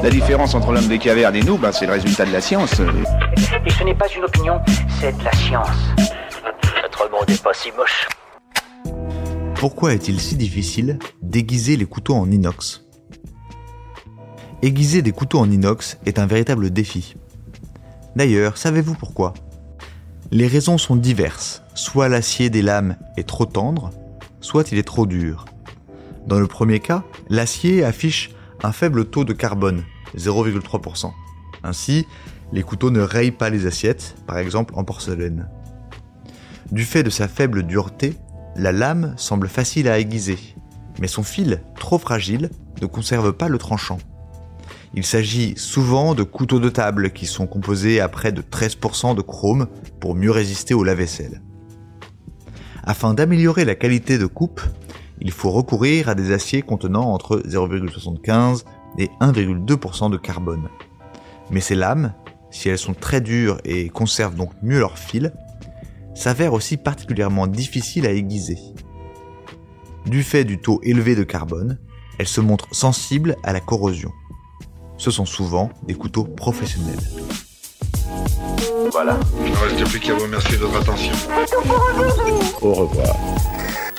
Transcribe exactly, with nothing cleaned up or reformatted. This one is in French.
La différence entre l'homme des cavernes et nous, ben, c'est le résultat de la science. Et ce n'est pas une opinion, c'est de la science. Notre monde n'est pas si moche. Pourquoi est-il si difficile d'aiguiser les couteaux en inox ? Aiguiser des couteaux en inox est un véritable défi. D'ailleurs, savez-vous pourquoi ? Les raisons sont diverses. Soit l'acier des lames est trop tendre, soit il est trop dur. Dans le premier cas, l'acier affiche un faible taux de carbone, zéro virgule trois pour cent. Ainsi, les couteaux ne rayent pas les assiettes, par exemple en porcelaine. Du fait de sa faible dureté, la lame semble facile à aiguiser, mais son fil, trop fragile, ne conserve pas le tranchant. Il s'agit souvent de couteaux de table qui sont composés à près de treize pour cent de chrome pour mieux résister au lave-vaisselle. Afin d'améliorer la qualité de coupe, il faut recourir à des aciers contenant entre zéro virgule soixante-quinze et un virgule deux pour cent de carbone. Mais ces lames, si elles sont très dures et conservent donc mieux leur fil, s'avèrent aussi particulièrement difficiles à aiguiser. Du fait du taux élevé de carbone, elles se montrent sensibles à la corrosion. Ce sont souvent des couteaux professionnels. Voilà. Il ne reste plus qu'à vous remercier de votre attention. Au revoir.